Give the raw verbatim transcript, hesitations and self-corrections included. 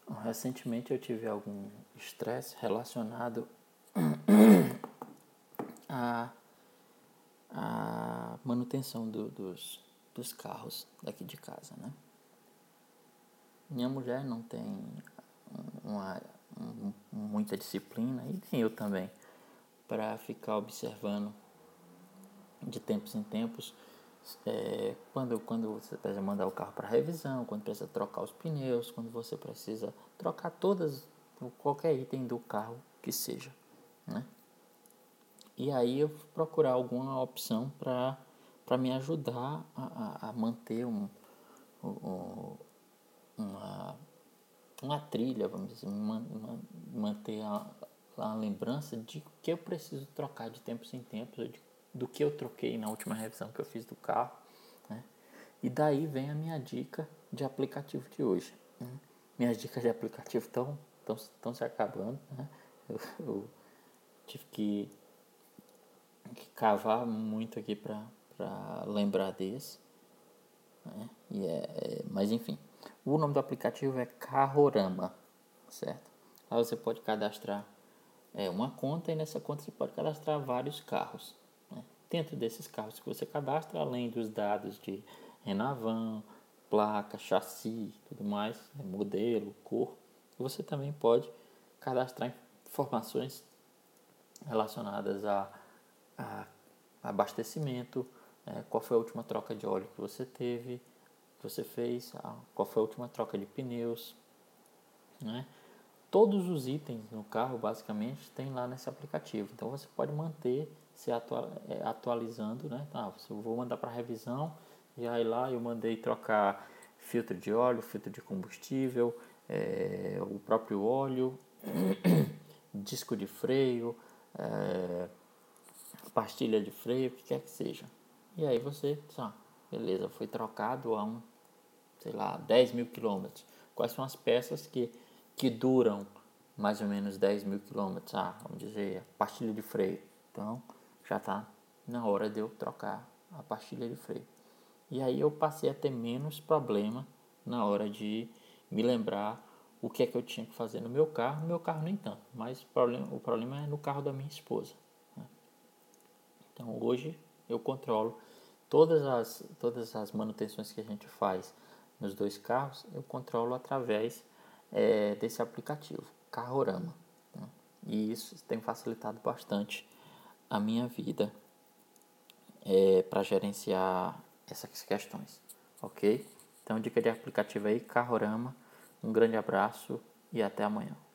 Recentemente eu tive algum estresse relacionado à, à manutenção do, dos, dos carros daqui de casa, né? Minha mulher não tem uma, um, muita disciplina, e nem eu também, para ficar observando de tempos em tempos, é, quando, quando você precisa mandar o carro para revisão, quando precisa trocar os pneus, quando você precisa trocar todas, qualquer item do carro que seja, né? E aí eu procurar alguma opção para para me ajudar a, a, a manter um, um, uma, uma trilha, vamos dizer, uma, uma, manter a, a lembrança de que eu preciso trocar de tempos em tempos, de, do que eu troquei na última revisão que eu fiz do carro, né? E daí vem a minha dica de aplicativo de hoje, né? Minhas dicas de aplicativo estão tão, tão se acabando, né? Eu, eu tive que, que cavar muito aqui para lembrar desse, né? E é, é, mas enfim, o nome do aplicativo é Carrorama, certo? Lá você pode cadastrar é, uma conta, e nessa conta você pode cadastrar vários carros, né? Dentro desses carros que você cadastra, além dos dados de Renavan, placa, chassi, tudo mais, né, modelo, cor, você também pode cadastrar informações relacionadas a, a abastecimento, é, qual foi a última troca de óleo que você teve, que você fez, a, qual foi a última troca de pneus, né? Todos os itens no carro, basicamente, tem lá nesse aplicativo. Então, você pode manter se atua, é, atualizando, né? Tá, eu vou mandar para revisão, e aí lá eu mandei trocar filtro de óleo, filtro de combustível, é, o próprio óleo, disco de freio, é, pastilha de freio, o que quer que seja. E aí você, ah, beleza, foi trocado a um, sei lá, dez mil quilômetros. Quais são as peças que, que duram mais ou menos dez mil quilômetros? Ah, vamos dizer, a pastilha de freio. Então, já está na hora de eu trocar a pastilha de freio. E aí eu passei a ter menos problema na hora de me lembrar o que é que eu tinha que fazer no meu carro. No meu carro nem tanto, mas o problema, o problema é no carro da minha esposa, né? Então hoje eu controlo todas as, todas as manutenções que a gente faz nos dois carros, eu controlo através é, desse aplicativo, Carrorama, né? E isso tem facilitado bastante a minha vida é, para gerenciar essas questões, ok? Então, dica de aplicativo aí, Carrorama. Um grande abraço e até amanhã.